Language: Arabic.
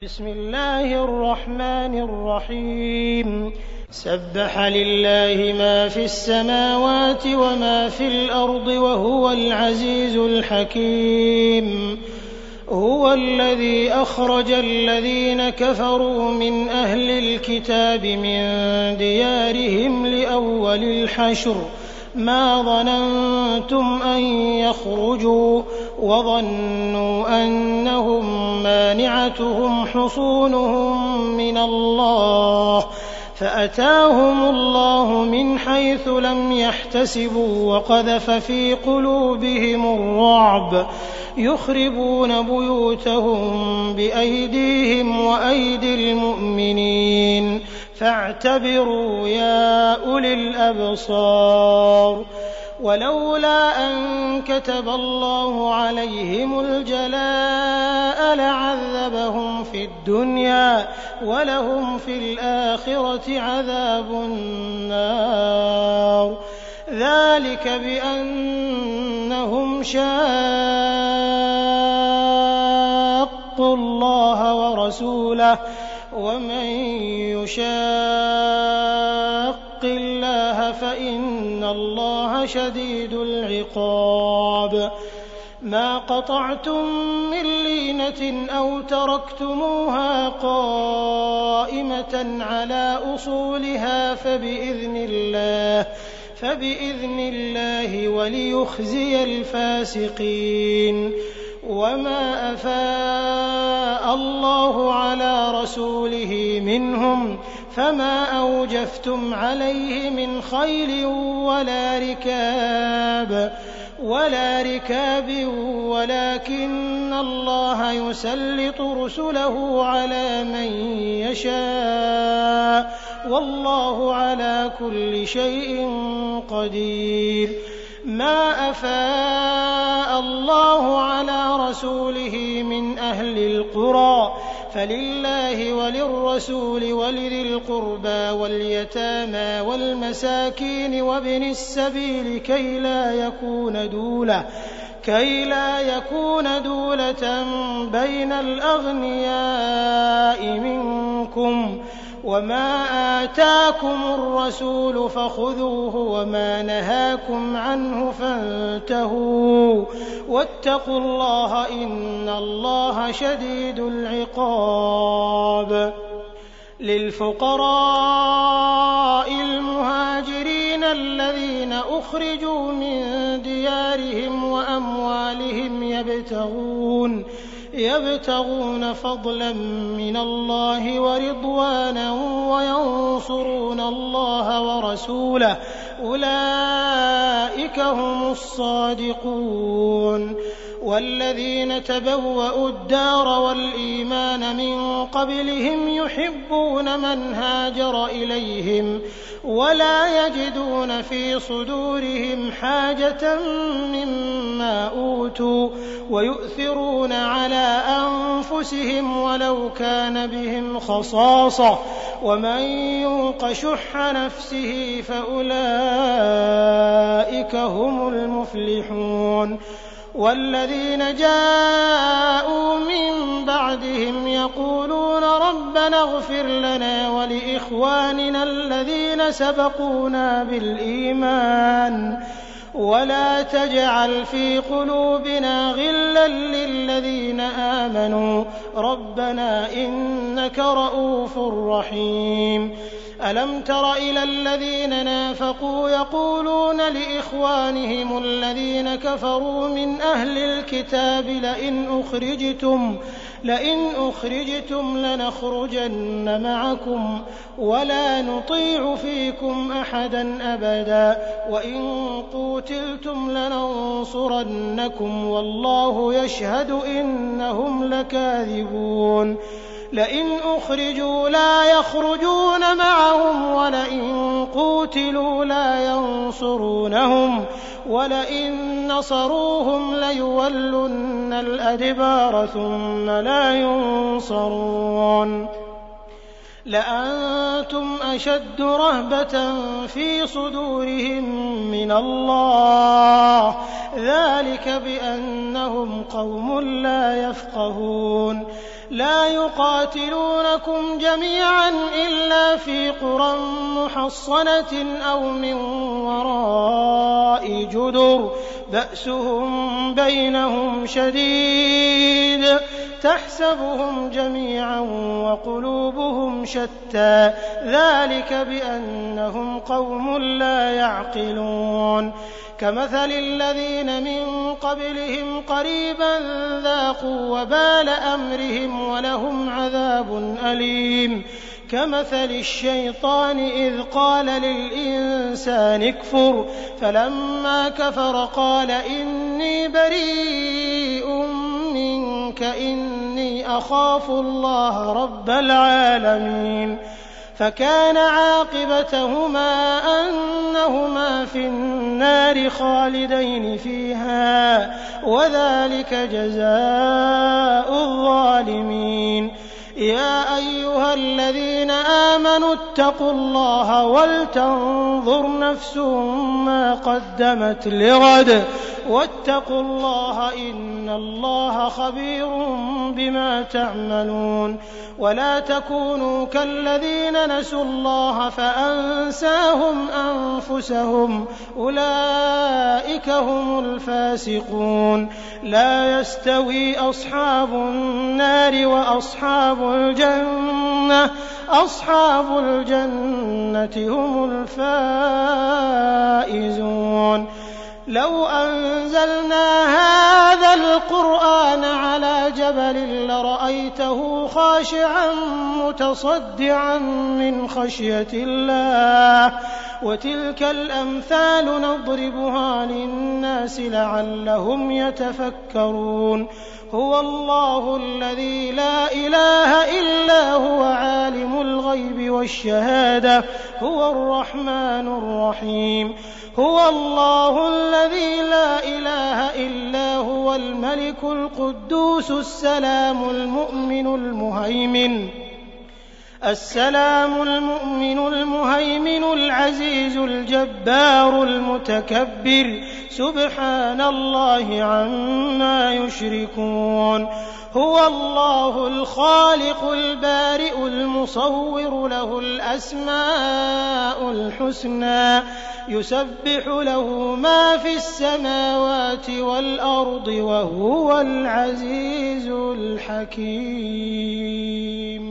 بسم الله الرحمن الرحيم سبح لله ما في السماوات وما في الأرض وهو العزيز الحكيم هو الذي أخرج الذين كفروا من أهل الكتاب من ديارهم لأول الحشر ما ظننتم أن يخرجوا وظنوا أنهم مانعتهم حصونهم من الله فأتاهم الله من حيث لم يحتسبوا وقذف في قلوبهم الرعب يخربون بيوتهم بأيديهم وأيدي المؤمنين فاعتبروا يا أولي الأبصار ولولا أن كتب الله عليهم الجلاء لعذبهم في الدنيا ولهم في الآخرة عذاب النار ذلك بأنهم شاقوا الله ورسوله ومن يشاق الله فإن الله شديد العقاب ما قطعتم من لينة أو تركتموها قائمة على أصولها فبإذن الله وليخزي الفاسقين وما أفاء الله على رسوله منهم فما أوجفتم عليه من خيل ولا ركاب ولكن الله يسلط رسله على من يشاء والله على كل شيء قدير ما أفاء الله على رسوله من أهل القرى فلله وللرسول ولذي القربى واليتامى والمساكين وابن السبيل كي لا يكون دولة بين الأغنياء منكم وما آتاكم الرسول فخذوه وما نهاكم عنه فانتهوا واتقوا الله إن الله شديد العقاب للفقراء المهاجرين الذين أخرجوا من ديارهم وأموالهم يبتغون فضلا من الله ورضوانا وينصرون الله ورسوله أولئك هم الصادقون والذين تبوأوا الدار والإيمان من قبلهم يحبون من هاجر إليهم ولا يجدون في صدورهم حاجة مما أوتوا ويؤثرون على أنفسهم ولو كان بهم خصاصة ومن يوق شح نفسه فأولئك هم المفلحون والذين جاءوا من بعدهم يقولون ربنا اغفر لنا ولإخواننا الذين سبقونا بالإيمان ولا تجعل في قلوبنا غلا للذين آمنوا ربنا إنك رؤوف رحيم ألم تر إلى الذين نافقوا يقولون لإخوانهم الذين كفروا من أهل الكتاب لئن أخرجتم لنخرجن معكم ولا نطيع فيكم أحدا أبدا وإن قوتلتم لننصرنكم والله يشهد إنهم لكاذبون لئن أخرجوا لا يخرجون معهم ولئن قوتلوا لا ينصرونهم ولئن نصروهم ليولن الأدبار ثم لا ينصرون لأنتم أشد رهبة في صدورهم من الله ذلك بأنهم قوم لا يفقهون لا يقاتلونكم جميعا إلا في قرى محصنة أو من وراء جدر بأسهم بينهم شديد تحسبهم جميعا وقلوبهم شتى ذلك بأنهم قوم لا يعقلون كمثل الذين من قبلهم قريبا ذاقوا وبال أمرهم ولهم عذاب أليم كمثل الشيطان إذ قال للإنسان اكفر فلما كفر قال إني بريء منك إني أخاف الله رب العالمين فكان عاقبتهما أنهما في النار خالدين فيها وذلك جزاء الظالمين يا أيها الذين آمنوا اتقوا الله ولتنظر نفس ما قدمت لغد واتقوا الله إن الله خبير بما تعملون ولا تكونوا كالذين نسوا الله فأنساهم أنفسهم أولئك هم الفاسقون لا يستوي أصحاب النار وأصحاب الجنة أصحاب الجنة هم الفائزون لو أنزلنا هذا القرآن على جبل لرأيته خاشعا متصدعا من خشية الله وتلك الأمثال نضربها للناس لعلهم يتفكرون هو الله الذي لا إله إلا هو عالم الغيب والشهادة هو الرحمن الرحيم هو الله الذي لا إله إلا هو الملك القدوس السلام المؤمن المهيمن العزيز الجبار المتكبر سبحان الله عما يشركون هو الله الخالق البارئ المصور له الأسماء الحسنى يسبح له ما في السماوات والأرض وهو العزيز الحكيم